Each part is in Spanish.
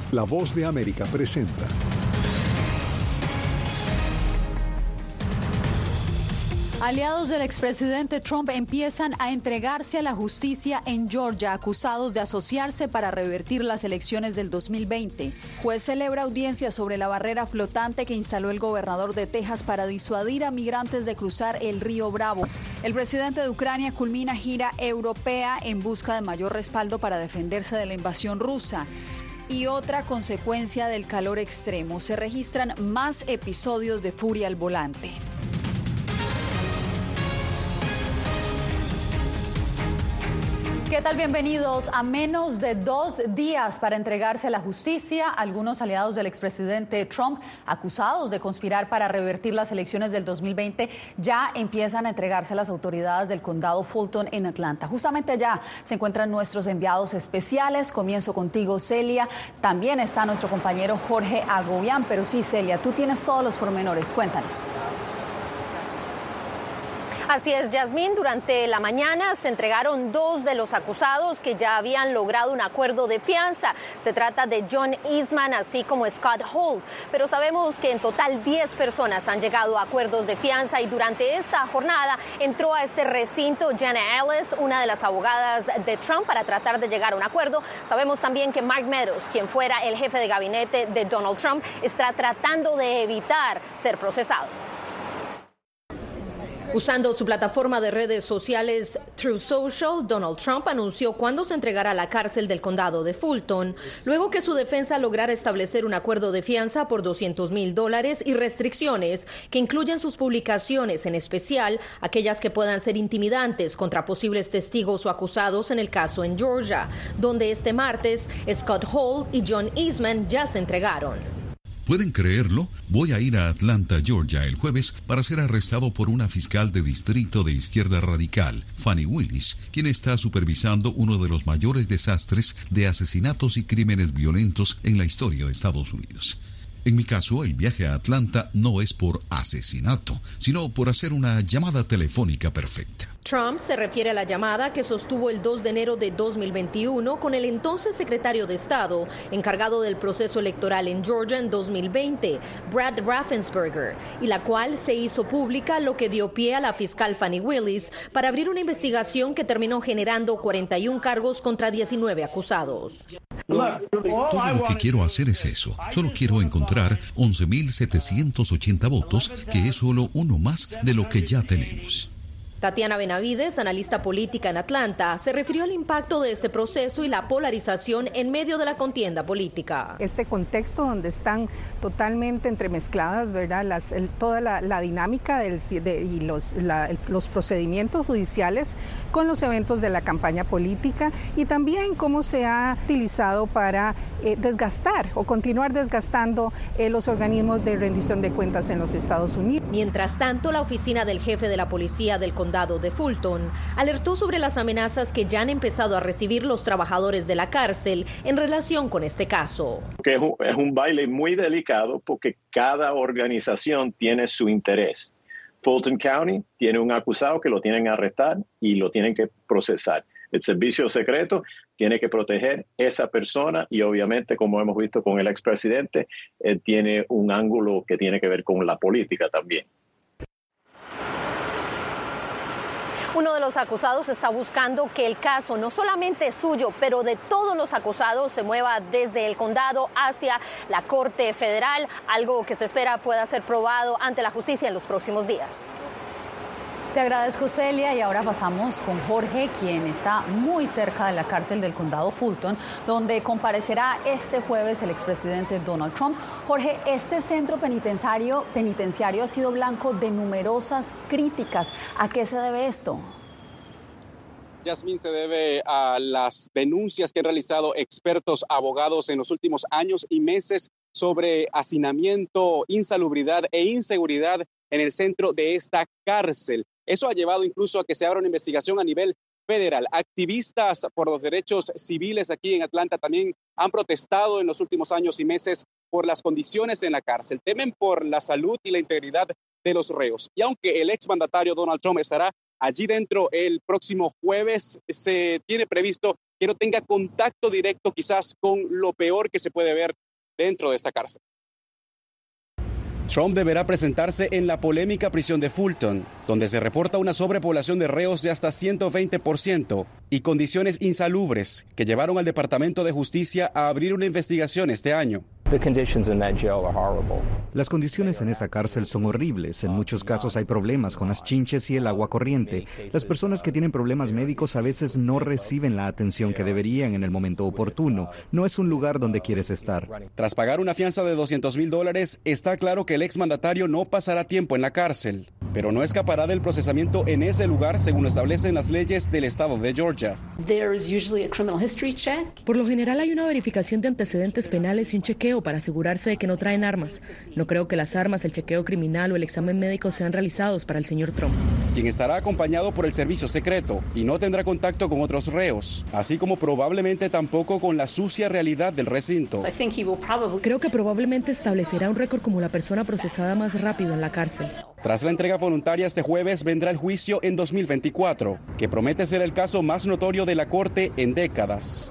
La Voz de América presenta. Aliados del expresidente Trump empiezan a entregarse a la justicia en Georgia, acusados de asociarse para revertir las elecciones del 2020. Juez celebra audiencia sobre la barrera flotante que instaló el gobernador de Texas para disuadir a migrantes de cruzar el río Bravo. El presidente de Ucrania culmina gira europea en busca de mayor respaldo para defenderse de la invasión rusa. Y otra consecuencia del calor extremo, se registran más episodios de furia al volante. ¿Qué tal? Bienvenidos. A menos de 2 días para entregarse a la justicia, algunos aliados del expresidente Trump, acusados de conspirar para revertir las elecciones del 2020, ya empiezan a entregarse a las autoridades del condado Fulton en Atlanta. Justamente allá se encuentran nuestros enviados especiales. Comienzo contigo, Celia. También está nuestro compañero Jorge Agobián. Pero sí, Celia, tú tienes todos los pormenores. Cuéntanos. Así es, Yasmín, durante la mañana se entregaron 2 de los acusados que ya habían logrado un acuerdo de fianza. Se trata de John Eastman, así como Scott Holt. Pero sabemos que en total 10 personas han llegado a acuerdos de fianza y durante esa jornada entró a este recinto Jenna Ellis, una de las abogadas de Trump, para tratar de llegar a un acuerdo. Sabemos también que Mark Meadows, quien fuera el jefe de gabinete de Donald Trump, está tratando de evitar ser procesado. Usando su plataforma de redes sociales Truth Social, Donald Trump anunció cuándo se entregará a la cárcel del condado de Fulton, luego que su defensa lograra establecer un acuerdo de fianza por $200,000 y restricciones que incluyen sus publicaciones, en especial aquellas que puedan ser intimidantes contra posibles testigos o acusados en el caso en Georgia, donde este martes Scott Holt y John Eastman ya se entregaron. ¿Pueden creerlo? Voy a ir a Atlanta, Georgia, el jueves para ser arrestado por una fiscal de distrito de izquierda radical, Fani Willis, quien está supervisando uno de los mayores desastres de asesinatos y crímenes violentos en la historia de Estados Unidos. En mi caso, el viaje a Atlanta no es por asesinato, sino por hacer una llamada telefónica perfecta. Trump se refiere a la llamada que sostuvo el 2 de enero de 2021 con el entonces secretario de Estado encargado del proceso electoral en Georgia en 2020, Brad Raffensperger, y la cual se hizo pública, lo que dio pie a la fiscal Fani Willis para abrir una investigación que terminó generando 41 cargos contra 19 acusados. Todo lo que quiero hacer es eso. Solo quiero encontrar 11,780 votos, que es solo uno más de lo que ya tenemos. Tatiana Benavides, analista política en Atlanta, se refirió al impacto de este proceso y la polarización en medio de la contienda política. Este contexto donde están totalmente entremezcladas, ¿verdad? Toda la dinámica y los procedimientos judiciales con los eventos de la campaña política y también cómo se ha utilizado para desgastar o continuar desgastando los organismos de rendición de cuentas en los Estados Unidos. Mientras tanto, la oficina del jefe de la policía del condado de Fulton alertó sobre las amenazas que ya han empezado a recibir los trabajadores de la cárcel en relación con este caso. Es un baile muy delicado porque cada organización tiene su interés. Fulton County tiene un acusado que lo tienen que arrestar y lo tienen que procesar. El servicio secreto tiene que proteger esa persona y obviamente, como hemos visto con el expresidente, él tiene un ángulo que tiene que ver con la política también. Uno de los acusados está buscando que el caso no solamente es suyo, pero de todos los acusados se mueva desde el condado hacia la Corte Federal, algo que se espera pueda ser probado ante la justicia en los próximos días. Te agradezco, Celia, y ahora pasamos con Jorge, quien está muy cerca de la cárcel del condado Fulton, donde comparecerá este jueves el expresidente Donald Trump. Jorge, este centro penitenciario ha sido blanco de numerosas críticas. ¿A qué se debe esto? Yasmín, se debe a las denuncias que han realizado expertos abogados en los últimos años y meses sobre hacinamiento, insalubridad e inseguridad en el centro de esta cárcel. Eso ha llevado incluso a que se abra una investigación a nivel federal. Activistas por los derechos civiles aquí en Atlanta también han protestado en los últimos años y meses por las condiciones en la cárcel. Temen por la salud y la integridad de los reos. Y aunque el exmandatario Donald Trump estará allí dentro el próximo jueves, se tiene previsto que no tenga contacto directo quizás con lo peor que se puede ver dentro de esta cárcel. Trump deberá presentarse en la polémica prisión de Fulton, donde se reporta una sobrepoblación de reos de hasta 120% y condiciones insalubres que llevaron al Departamento de Justicia a abrir una investigación este año. Las condiciones en esa cárcel son horribles. En muchos casos hay problemas con las chinches y el agua corriente. Las personas que tienen problemas médicos a veces no reciben la atención que deberían en el momento oportuno. No es un lugar donde quieres estar. Tras pagar una fianza de $200,000, está claro que el exmandatario no pasará tiempo en la cárcel, pero no escapará del procesamiento en ese lugar según lo establecen las leyes del estado de Georgia. Por lo general hay una verificación de antecedentes penales y un chequeo para asegurarse de que no traen armas. No creo que las armas, el chequeo criminal o el examen médico sean realizados para el señor Trump. Quien estará acompañado por el servicio secreto y no tendrá contacto con otros reos, así como probablemente tampoco con la sucia realidad del recinto. Creo que probablemente establecerá un récord como la persona procesada más rápido en la cárcel. Tras la entrega voluntaria este jueves vendrá el juicio en 2024, que promete ser el caso más notorio de la Corte en décadas.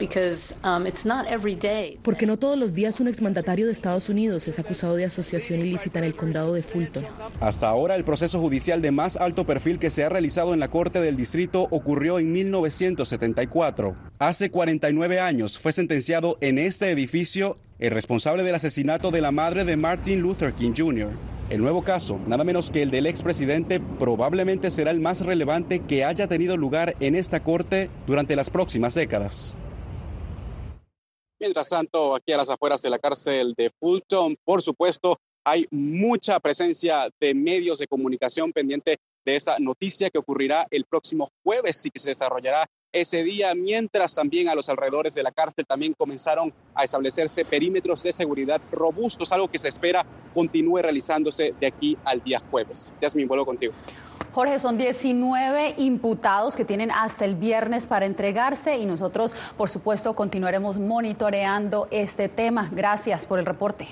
Porque no todos los días un exmandatario de Estados Unidos es acusado de asociación ilícita en el condado de Fulton. Hasta ahora el proceso judicial de más alto perfil que se ha realizado en la Corte del Distrito ocurrió en 1974. Hace 49 años fue sentenciado en este edificio el responsable del asesinato de la madre de Martin Luther King Jr. El nuevo caso, nada menos que el del expresidente, probablemente será el más relevante que haya tenido lugar en esta corte durante las próximas décadas. Mientras tanto, aquí a las afueras de la cárcel de Fulton, por supuesto, hay mucha presencia de medios de comunicación pendiente de esta noticia que ocurrirá el próximo jueves y que se desarrollará ese día, mientras también a los alrededores de la cárcel también comenzaron a establecerse perímetros de seguridad robustos, algo que se espera continúe realizándose de aquí al día jueves. Yasmin, vuelvo contigo. Jorge, son 19 imputados que tienen hasta el viernes para entregarse y nosotros, por supuesto, continuaremos monitoreando este tema. Gracias por el reporte.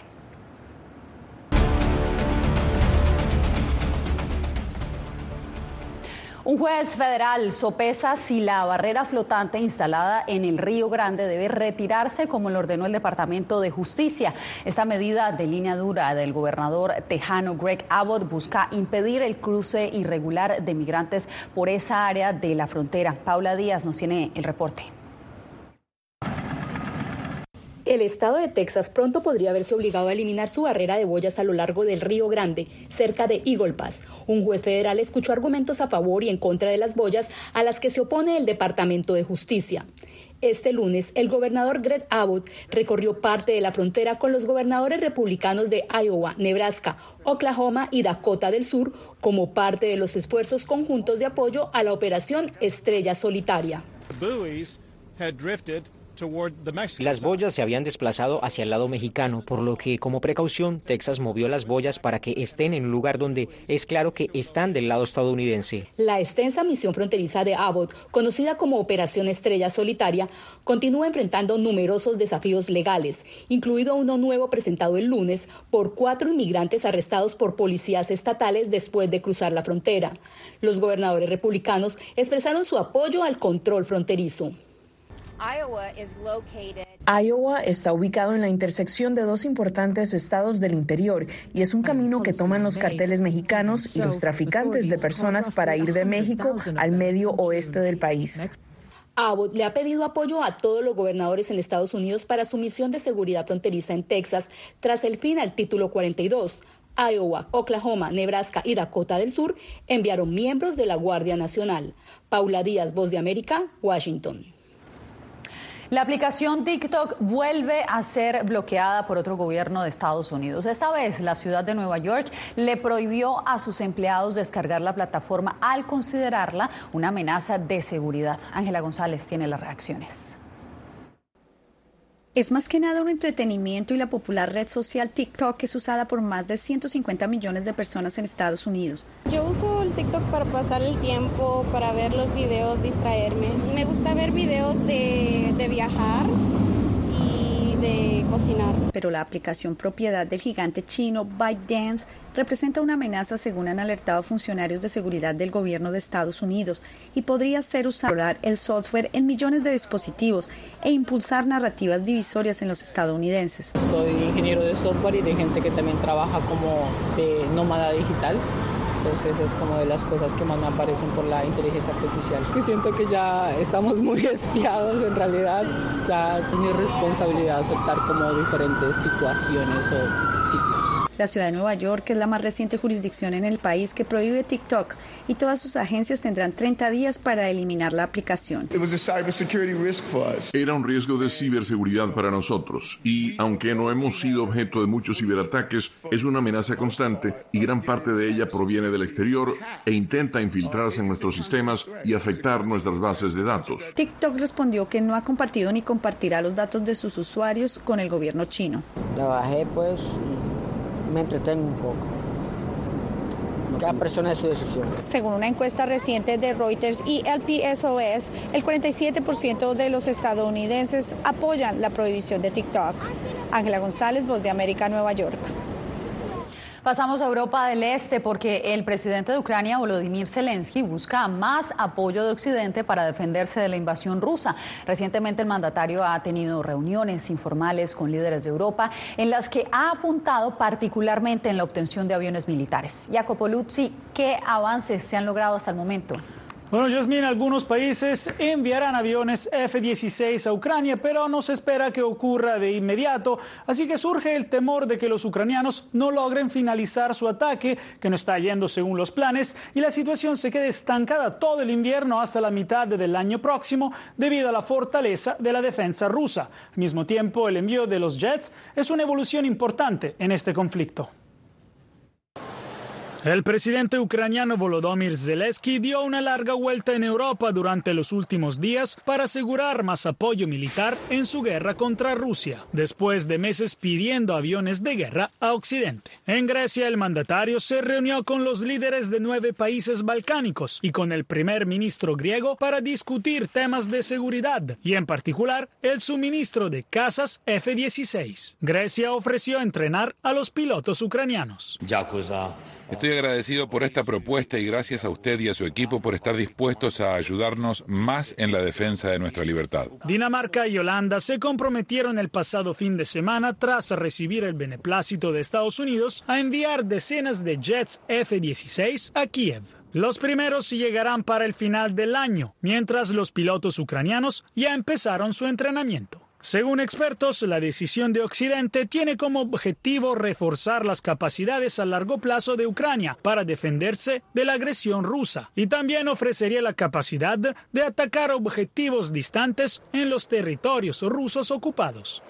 Un juez federal sopesa si la barrera flotante instalada en el Río Grande debe retirarse, como lo ordenó el Departamento de Justicia. Esta medida de línea dura del gobernador tejano Greg Abbott busca impedir el cruce irregular de migrantes por esa área de la frontera. Paula Díaz nos tiene el reporte. El estado de Texas pronto podría verse obligado a eliminar su barrera de boyas a lo largo del Río Grande, cerca de Eagle Pass. Un juez federal escuchó argumentos a favor y en contra de las boyas a las que se opone el Departamento de Justicia. Este lunes, el gobernador Greg Abbott recorrió parte de la frontera con los gobernadores republicanos de Iowa, Nebraska, Oklahoma y Dakota del Sur como parte de los esfuerzos conjuntos de apoyo a la operación Estrella Solitaria. Las boyas se habían desplazado hacia el lado mexicano, por lo que, como precaución, Texas movió las boyas para que estén en un lugar donde es claro que están del lado estadounidense. La extensa misión fronteriza de Abbott, conocida como Operación Estrella Solitaria, continúa enfrentando numerosos desafíos legales, incluido uno nuevo presentado el lunes por 4 inmigrantes arrestados por policías estatales después de cruzar la frontera. Los gobernadores republicanos expresaron su apoyo al control fronterizo. Iowa está ubicado en la intersección de 2 importantes estados del interior y es un camino que toman los carteles mexicanos y los traficantes de personas para ir de México al medio oeste del país. Abbott le ha pedido apoyo a todos los gobernadores en Estados Unidos para su misión de seguridad fronteriza en Texas tras el fin al Título 42. Iowa, Oklahoma, Nebraska y Dakota del Sur enviaron miembros de la Guardia Nacional. Paula Díaz, Voz de América, Washington. La aplicación TikTok vuelve a ser bloqueada por otro gobierno de Estados Unidos. Esta vez, la ciudad de Nueva York le prohibió a sus empleados descargar la plataforma al considerarla una amenaza de seguridad. Ángela González tiene las reacciones. Es más que nada un entretenimiento y la popular red social TikTok es usada por más de 150 millones de personas en Estados Unidos. Yo uso el TikTok para pasar el tiempo, para ver los videos, distraerme. Me gusta ver videos de viajar y de cocinar. Pero la aplicación propiedad del gigante chino ByteDance representa una amenaza, según han alertado funcionarios de seguridad del gobierno de Estados Unidos, y podría ser usar el software en millones de dispositivos e impulsar narrativas divisorias en los estadounidenses. Soy ingeniero de software y de gente que también trabaja como de nómada digital. Entonces es como de las cosas que más me aparecen por la inteligencia artificial. Que siento que ya estamos muy espiados en realidad. O sea, es mi responsabilidad aceptar como diferentes situaciones o ciclos. La ciudad de Nueva York es la más reciente jurisdicción en el país que prohíbe TikTok y todas sus agencias tendrán 30 días para eliminar la aplicación. Era un riesgo de ciberseguridad para nosotros y, aunque no hemos sido objeto de muchos ciberataques, es una amenaza constante y gran parte de ella proviene del exterior e intenta infiltrarse en nuestros sistemas y afectar nuestras bases de datos. TikTok respondió que no ha compartido ni compartirá los datos de sus usuarios con el gobierno chino. La bajé pues y me entretengo un poco. Cada persona es su decisión. Según una encuesta reciente de Reuters y el PSOS, el 47% de los estadounidenses apoyan la prohibición de TikTok. Ángela González, Voz de América, Nueva York. Pasamos a Europa del Este porque el presidente de Ucrania, Volodymyr Zelensky, busca más apoyo de Occidente para defenderse de la invasión rusa. Recientemente el mandatario ha tenido reuniones informales con líderes de Europa en las que ha apuntado particularmente en la obtención de aviones militares. Jacopo Luzzi, ¿qué avances se han logrado hasta el momento? Bueno, Yasmín, algunos países enviarán aviones F-16 a Ucrania, pero no se espera que ocurra de inmediato, así que surge el temor de que los ucranianos no logren finalizar su ataque, que no está yendo según los planes, y la situación se quede estancada todo el invierno hasta la mitad del año próximo debido a la fortaleza de la defensa rusa. Al mismo tiempo, el envío de los jets es una evolución importante en este conflicto. El presidente ucraniano Volodymyr Zelensky dio una larga vuelta en Europa durante los últimos días para asegurar más apoyo militar en su guerra contra Rusia, después de meses pidiendo aviones de guerra a Occidente. En Grecia, el mandatario se reunió con los líderes de 9 países balcánicos y con el primer ministro griego para discutir temas de seguridad y, en particular, el suministro de cazas F-16. Grecia ofreció entrenar a los pilotos ucranianos. Estoy agradecido por esta propuesta y gracias a usted y a su equipo por estar dispuestos a ayudarnos más en la defensa de nuestra libertad. Dinamarca y Holanda se comprometieron el pasado fin de semana, tras recibir el beneplácito de Estados Unidos, a enviar decenas de jets F-16 a Kiev. Los primeros llegarán para el final del año, mientras los pilotos ucranianos ya empezaron su entrenamiento. Según expertos, la decisión de Occidente tiene como objetivo reforzar las capacidades a largo plazo de Ucrania para defenderse de la agresión rusa y también ofrecería la capacidad de atacar objetivos distantes en los territorios rusos ocupados.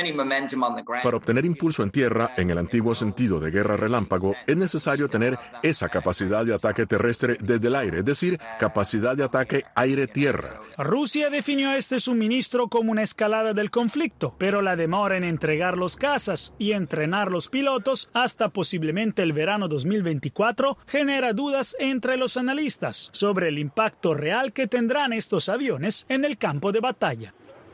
Para obtener impulso en tierra, en el antiguo sentido de guerra relámpago, es necesario tener esa capacidad de ataque terrestre desde el aire, es decir, capacidad de ataque aire-tierra. Rusia definió este suministro como una escalada del conflicto, pero la demora en entregar los cazas y entrenar los pilotos hasta posiblemente el verano 2024 genera dudas entre los analistas sobre el impacto real que tendrán estos aviones en el campo de batalla.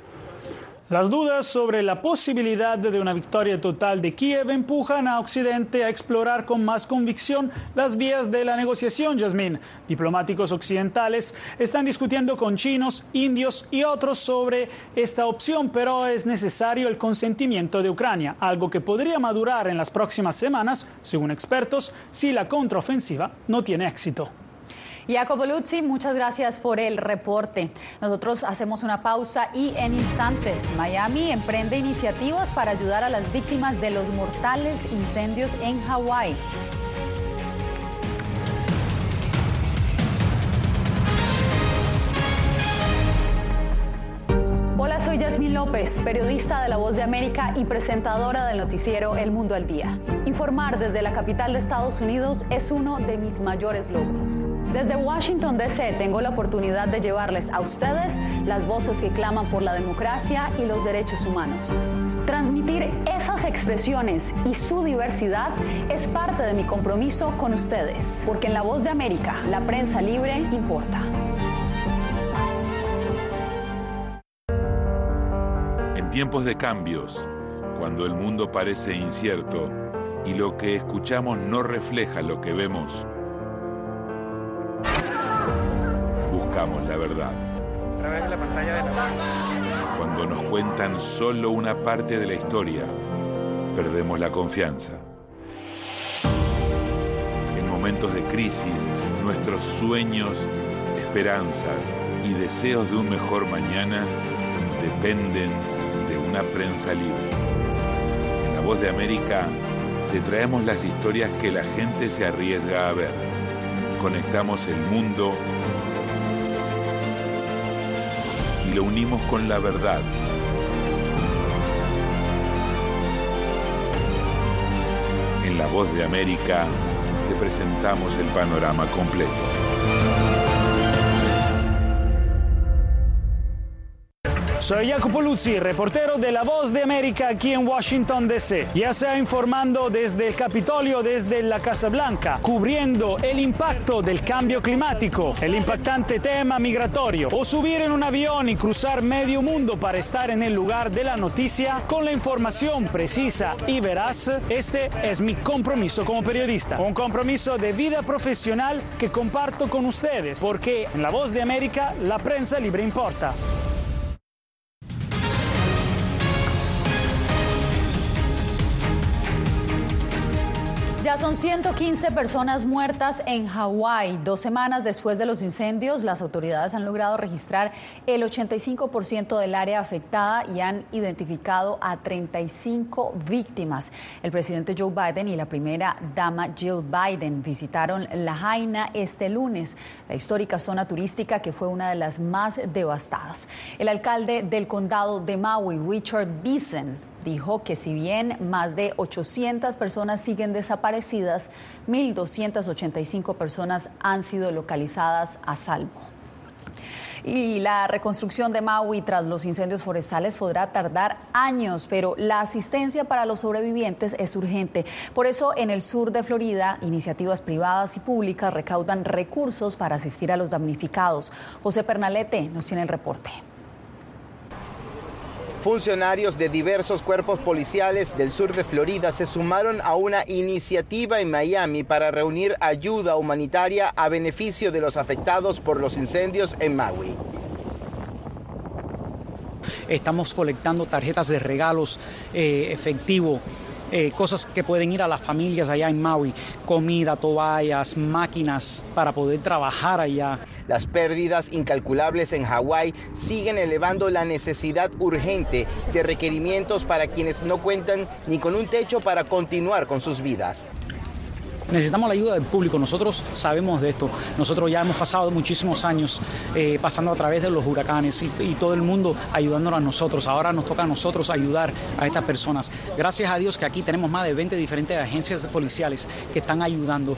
Las dudas sobre la posibilidad de una victoria total de Kiev empujan a Occidente a explorar con más convicción las vías de la negociación, Yasmín. Diplomáticos occidentales están discutiendo con chinos, indios y otros sobre esta opción, pero es necesario el consentimiento de Ucrania, algo que podría madurar en las próximas semanas, según expertos, si la contraofensiva no tiene éxito. Jacopo Luzzi, muchas gracias por el reporte. Nosotros hacemos una pausa y en instantes, Miami emprende iniciativas para ayudar a las víctimas de los mortales incendios en Hawái. Hola, soy Yasmín López, periodista de La Voz de América y presentadora del noticiero El Mundo al Día. Informar desde la capital de Estados Unidos es uno de mis mayores logros. Desde Washington, D.C. tengo la oportunidad de llevarles a ustedes las voces que claman por la democracia y los derechos humanos. Transmitir esas expresiones y su diversidad es parte de mi compromiso con ustedes, porque en La Voz de América, la prensa libre importa. En tiempos de cambios, cuando el mundo parece incierto y lo que escuchamos no refleja lo que vemos, buscamos la verdad. A través de la pantalla de la... Cuando nos cuentan solo una parte de la historia, perdemos la confianza. En momentos de crisis, nuestros sueños, esperanzas y deseos de un mejor mañana dependen de una prensa libre. En La Voz de América te traemos las historias que la gente se arriesga a ver. Conectamos el mundo y lo unimos con la verdad. En La Voz de América te presentamos el panorama completo. Soy Jacopo Luzzi, reportero de La Voz de América aquí en Washington, D.C. Ya sea informando desde el Capitolio, desde la Casa Blanca, cubriendo el impacto del cambio climático, el impactante tema migratorio, o subir en un avión y cruzar medio mundo para estar en el lugar de la noticia con la información precisa y veraz. Este es mi compromiso como periodista, un compromiso de vida profesional que comparto con ustedes, porque en La Voz de América la prensa libre importa. Ya son 115 personas muertas en Hawái. 2 semanas después de los incendios, las autoridades han logrado registrar el 85% del área afectada y han identificado a 35 víctimas. El presidente Joe Biden y la primera dama Jill Biden visitaron Lahaina este lunes, la histórica zona turística que fue una de las más devastadas. El alcalde del condado de Maui, Richard Bison, dijo que si bien más de 800 personas siguen desaparecidas, 1.285 personas han sido localizadas a salvo. Y la reconstrucción de Maui tras los incendios forestales podrá tardar años, pero la asistencia para los sobrevivientes es urgente. Por eso, en el sur de Florida, iniciativas privadas y públicas recaudan recursos para asistir a los damnificados. José Pernalete nos tiene el reporte. Funcionarios de diversos cuerpos policiales del sur de Florida se sumaron a una iniciativa en Miami para reunir ayuda humanitaria a beneficio de los afectados por los incendios en Maui. Estamos colectando tarjetas de regalos, efectivo, cosas que pueden ir a las familias allá en Maui, comida, toallas, máquinas para poder trabajar allá. Las pérdidas incalculables en Hawái siguen elevando la necesidad urgente de requerimientos para quienes no cuentan ni con un techo para continuar con sus vidas. Necesitamos la ayuda del público, nosotros sabemos de esto, nosotros ya hemos pasado muchísimos años pasando a través de los huracanes y todo el mundo ayudándonos a nosotros. Ahora nos toca a nosotros ayudar a estas personas. Gracias a Dios que aquí tenemos más de 20 diferentes agencias policiales que están ayudando.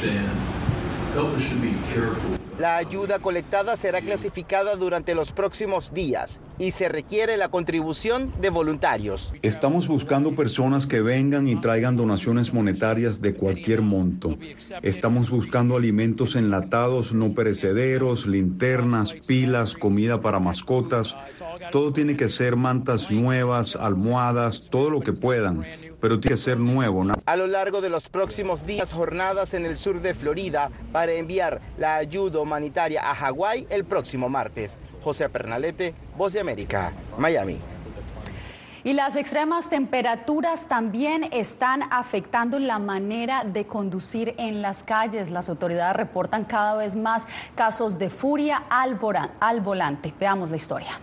La ayuda colectada será clasificada durante los próximos días y se requiere la contribución de voluntarios. Estamos buscando personas que vengan y traigan donaciones monetarias de cualquier monto. Estamos buscando alimentos enlatados, no perecederos, linternas, pilas, comida para mascotas. Todo tiene que ser mantas nuevas, almohadas, todo lo que puedan. Pero tiene que ser nuevo, ¿no? A lo largo de los próximos días, jornadas en el sur de Florida para enviar la ayuda humanitaria a Hawái el próximo martes. José Pernalete, Voz de América, Miami. Y las extremas temperaturas también están afectando la manera de conducir en las calles. Las autoridades reportan cada vez más casos de furia al volante. Veamos la historia.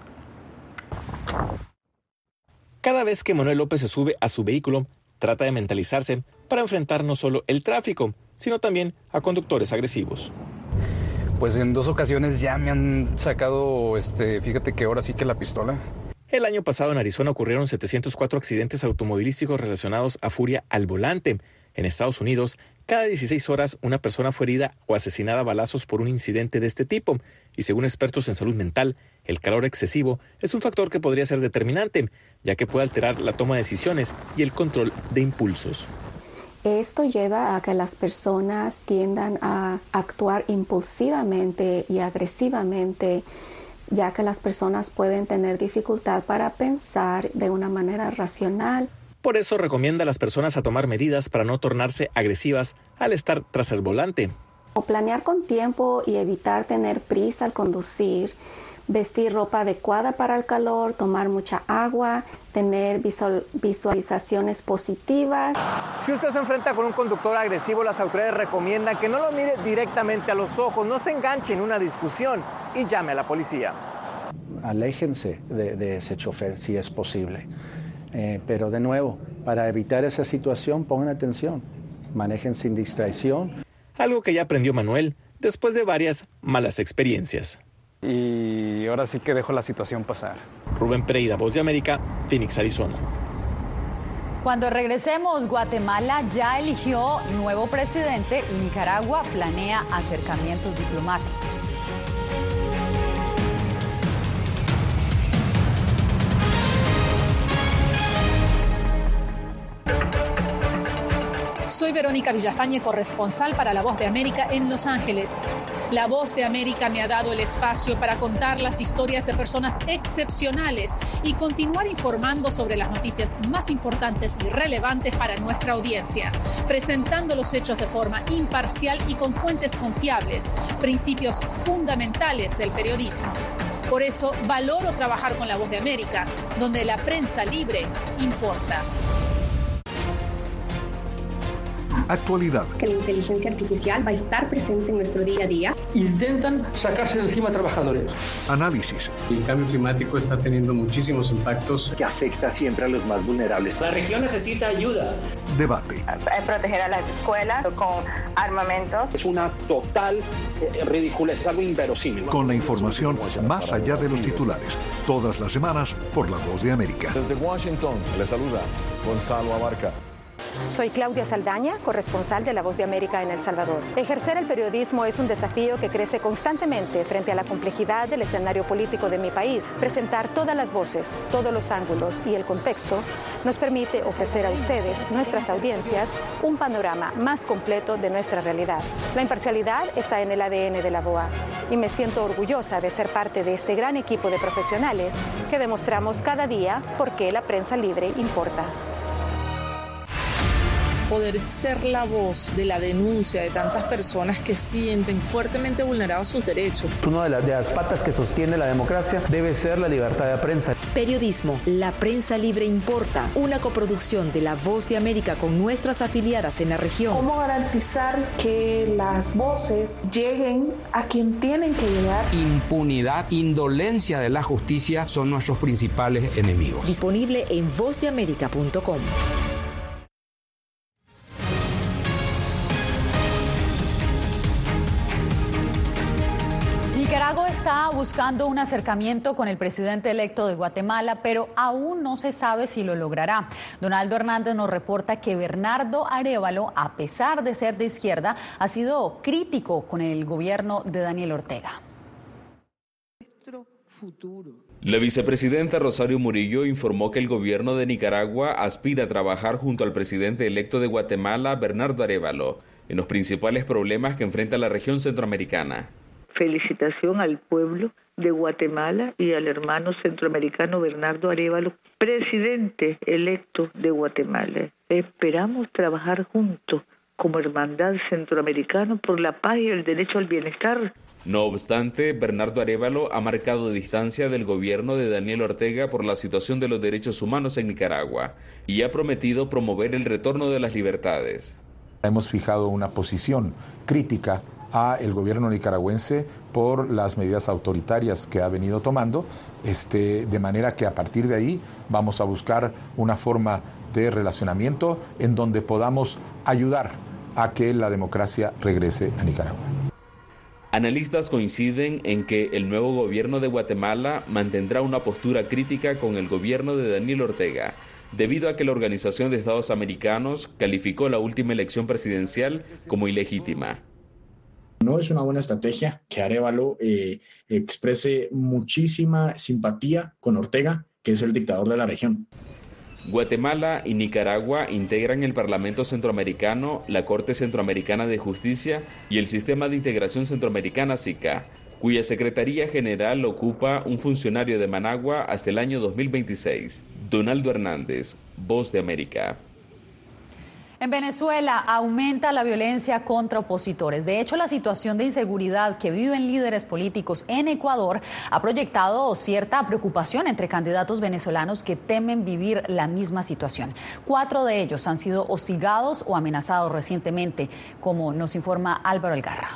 Cada vez que Manuel López se sube a su vehículo, trata de mentalizarse para enfrentar no solo el tráfico, sino también a conductores agresivos. Pues en 2 ocasiones ya me han sacado, fíjate que ahora sí que la pistola. El año pasado en Arizona ocurrieron 704 accidentes automovilísticos relacionados a furia al volante. En Estados Unidos, cada 16 horas una persona fue herida o asesinada a balazos por un incidente de este tipo. Y según expertos en salud mental, el calor excesivo es un factor que podría ser determinante, ya que puede alterar la toma de decisiones y el control de impulsos. Esto lleva a que las personas tiendan a actuar impulsivamente y agresivamente ya que las personas pueden tener dificultad para pensar de una manera racional. Por eso recomienda a las personas a tomar medidas para no tornarse agresivas al estar tras el volante. O planear con tiempo y evitar tener prisa al conducir, vestir ropa adecuada para el calor, tomar mucha agua, tener visualizaciones positivas. Si usted se enfrenta con un conductor agresivo, las autoridades recomiendan que no lo mire directamente a los ojos, no se enganche en una discusión y llame a la policía. Aléjense de ese chofer si es posible. Pero de nuevo, para evitar esa situación, pongan atención, manejen sin distracción. Algo que ya aprendió Manuel después de varias malas experiencias. Y ahora sí que dejo la situación pasar. Rubén Pereira, Voz de América, Phoenix, Arizona. Cuando regresemos, Guatemala ya eligió nuevo presidente y Nicaragua planea acercamientos diplomáticos. Soy Verónica Villafañe, corresponsal para La Voz de América en Los Ángeles. La Voz de América me ha dado el espacio para contar las historias de personas excepcionales y continuar informando sobre las noticias más importantes y relevantes para nuestra audiencia, presentando los hechos de forma imparcial y con fuentes confiables, principios fundamentales del periodismo. Por eso valoro trabajar con La Voz de América, donde la prensa libre importa. Actualidad. Que la inteligencia artificial va a estar presente en nuestro día a día. Intentan sacarse de encima a trabajadores. Análisis. El cambio climático está teniendo muchísimos impactos que afecta siempre a los más vulnerables. La región necesita ayuda. Debate. Proteger a las escuelas con armamentos. Es una total ridícula, es algo inverosímil. Con la información más allá de los titulares. Todas las semanas por La Voz de América. Desde Washington, le saluda Gonzalo Abarca. Soy Claudia Saldaña, corresponsal de La Voz de América en El Salvador. Ejercer el periodismo es un desafío que crece constantemente frente a la complejidad del escenario político de mi país. Presentar todas las voces, todos los ángulos y el contexto nos permite ofrecer a ustedes, nuestras audiencias, un panorama más completo de nuestra realidad. La imparcialidad está en el ADN de la VOA y me siento orgullosa de ser parte de este gran equipo de profesionales que demostramos cada día por qué la prensa libre importa. Poder ser la voz de la denuncia de tantas personas que sienten fuertemente vulnerados sus derechos. Una de las patas que sostiene la democracia debe ser la libertad de prensa. Periodismo, la prensa libre importa. Una coproducción de La Voz de América con nuestras afiliadas en la región. ¿Cómo garantizar que las voces lleguen a quien tienen que llegar? Impunidad, indolencia de la justicia son nuestros principales enemigos. Disponible en vozdeamerica.com. Nicaragua está buscando un acercamiento con el presidente electo de Guatemala, pero aún no se sabe si lo logrará. Donaldo Hernández nos reporta que Bernardo Arévalo, a pesar de ser de izquierda, ha sido crítico con el gobierno de Daniel Ortega. La vicepresidenta Rosario Murillo informó que el gobierno de Nicaragua aspira a trabajar junto al presidente electo de Guatemala, Bernardo Arévalo, en los principales problemas que enfrenta la región centroamericana. Felicitación al pueblo de Guatemala y al hermano centroamericano Bernardo Arévalo, presidente electo de Guatemala. Esperamos trabajar juntos como hermandad centroamericana por la paz y el derecho al bienestar. No obstante, Bernardo Arévalo ha marcado distancia del gobierno de Daniel Ortega por la situación de los derechos humanos en Nicaragua y ha prometido promover el retorno de las libertades. Hemos fijado una posición crítica a el gobierno nicaragüense por las medidas autoritarias que ha venido tomando, de manera que a partir de ahí vamos a buscar una forma de relacionamiento en donde podamos ayudar a que la democracia regrese a Nicaragua. Analistas coinciden en que el nuevo gobierno de Guatemala mantendrá una postura crítica con el gobierno de Daniel Ortega, debido a que la Organización de Estados Americanos calificó la última elección presidencial como ilegítima. No es una buena estrategia que Arévalo exprese muchísima simpatía con Ortega, que es el dictador de la región. Guatemala y Nicaragua integran el Parlamento Centroamericano, la Corte Centroamericana de Justicia y el Sistema de Integración Centroamericana, SICA. cuya Secretaría General ocupa un funcionario de Managua hasta el año 2026. Donaldo Hernández, Voz de América. En Venezuela aumenta la violencia contra opositores. De hecho, la situación de inseguridad que viven líderes políticos en Ecuador ha proyectado cierta preocupación entre candidatos venezolanos que temen vivir la misma situación. 4 de ellos han sido hostigados o amenazados recientemente, como nos informa Álvaro Algarra.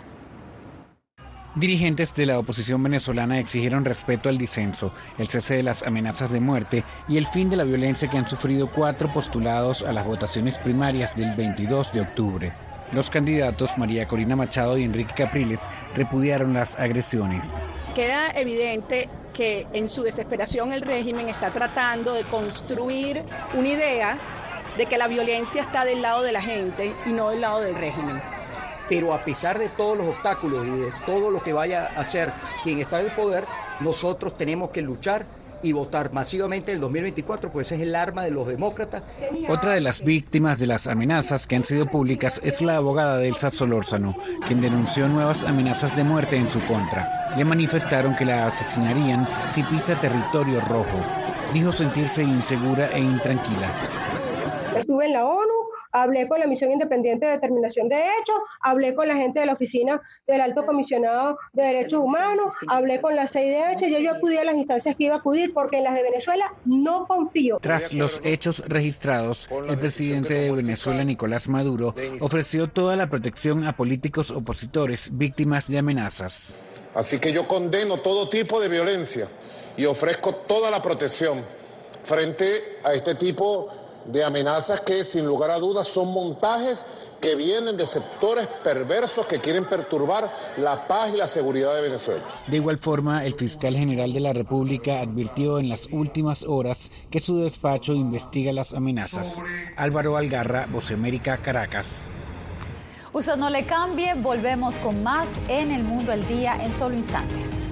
Dirigentes de la oposición venezolana exigieron respeto al disenso, el cese de las amenazas de muerte y el fin de la violencia que han sufrido 4 postulados a las votaciones primarias del 22 de octubre. Los candidatos María Corina Machado y Enrique Capriles repudiaron las agresiones. Queda evidente que en su desesperación el régimen está tratando de construir una idea de que la violencia está del lado de la gente y no del lado del régimen. Pero a pesar de todos los obstáculos y de todo lo que vaya a hacer quien está en el poder, nosotros tenemos que luchar y votar masivamente el 2024, pues ese es el arma de los demócratas. Otra de las víctimas de las amenazas que han sido públicas es la abogada Delsa Solórzano, quien denunció nuevas amenazas de muerte en su contra. Le manifestaron que la asesinarían si pisa territorio rojo. Dijo sentirse insegura e intranquila. Estuve en la ONU, hablé con la Misión Independiente de Determinación de Hechos, hablé con la gente de la Oficina del Alto Comisionado de Derechos Humanos, hablé con la CIDH, yo acudí a las instancias que iba a acudir porque en las de Venezuela no confío. Tras los hechos registrados, el presidente de Venezuela, Nicolás Maduro, ofreció toda la protección a políticos opositores víctimas de amenazas. Así que yo condeno todo tipo de violencia y ofrezco toda la protección frente a este tipo de amenazas que sin lugar a dudas son montajes que vienen de sectores perversos que quieren perturbar la paz y la seguridad de Venezuela. De igual forma, el fiscal general de la República advirtió en las últimas horas que su despacho investiga las amenazas. Álvaro Algarra, Voz de América, Caracas. Usted no le cambie, volvemos con más en El Mundo al Día en solo instantes.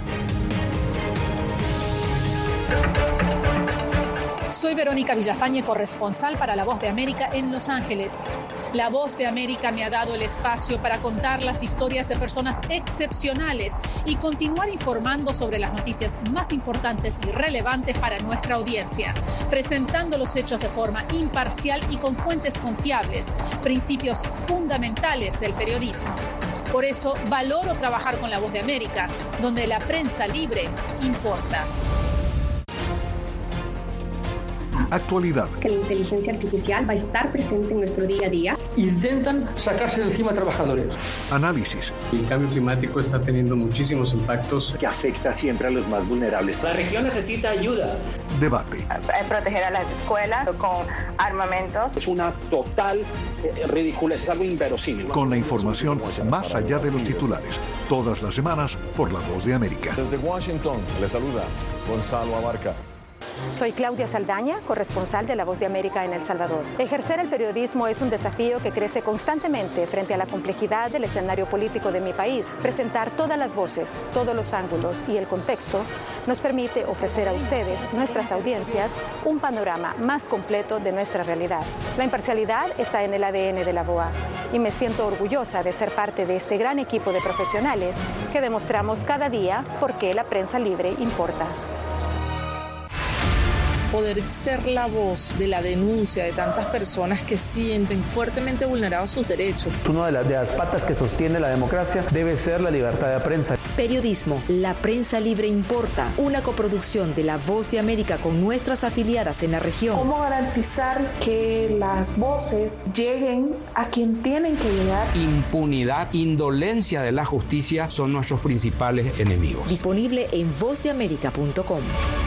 Soy Verónica Villafañe, corresponsal para La Voz de América en Los Ángeles. La Voz de América me ha dado el espacio para contar las historias de personas excepcionales y continuar informando sobre las noticias más importantes y relevantes para nuestra audiencia, presentando los hechos de forma imparcial y con fuentes confiables, principios fundamentales del periodismo. Por eso valoro trabajar con La Voz de América, donde la prensa libre importa. Actualidad. Que la inteligencia artificial va a estar presente en nuestro día a día. Intentan sacarse de encima a trabajadores. Análisis. El cambio climático está teniendo muchísimos impactos que afecta siempre a los más vulnerables. La región necesita ayuda. Debate. Proteger a las escuelas con armamentos. Es una total ridiculez, es algo inverosímil. Con la información más allá de los titulares. Todas las semanas por La Voz de América. Desde Washington, le saluda Gonzalo Abarca. Soy Claudia Saldaña, corresponsal de La Voz de América en El Salvador. Ejercer el periodismo es un desafío que crece constantemente frente a la complejidad del escenario político de mi país. Presentar todas las voces, todos los ángulos y el contexto nos permite ofrecer a ustedes, nuestras audiencias, un panorama más completo de nuestra realidad. La imparcialidad está en el ADN de la VOA y me siento orgullosa de ser parte de este gran equipo de profesionales que demostramos cada día por qué la prensa libre importa. Poder ser la voz de la denuncia de tantas personas que sienten fuertemente vulnerados sus derechos. Una de las patas que sostiene la democracia debe ser la libertad de prensa. Periodismo, la prensa libre importa, una coproducción de La Voz de América con nuestras afiliadas en la región. ¿Cómo garantizar que las voces lleguen a quien tienen que llegar? Impunidad, indolencia de la justicia son nuestros principales enemigos. Disponible en vozdeamerica.com.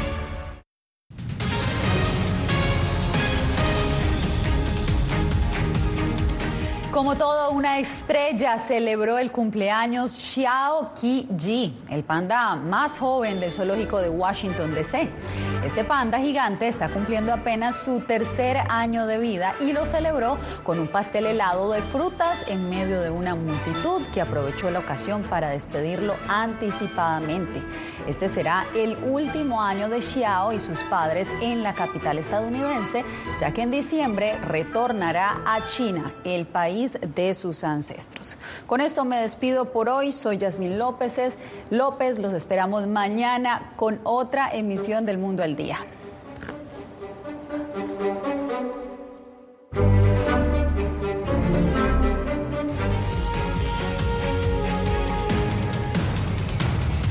Como toda una estrella, celebró el cumpleaños Xiao Qi, el panda más joven del zoológico de Washington, D.C. Este panda gigante está cumpliendo apenas su 3er año de vida y lo celebró con un pastel helado de frutas en medio de una multitud que aprovechó la ocasión para despedirlo anticipadamente. Este será el último año de Xiao y sus padres en la capital estadounidense, ya que en diciembre retornará a China, el país raíz de sus ancestros. Con esto me despido por hoy. Soy Yasmín López. Los esperamos mañana con otra emisión del Mundo al Día.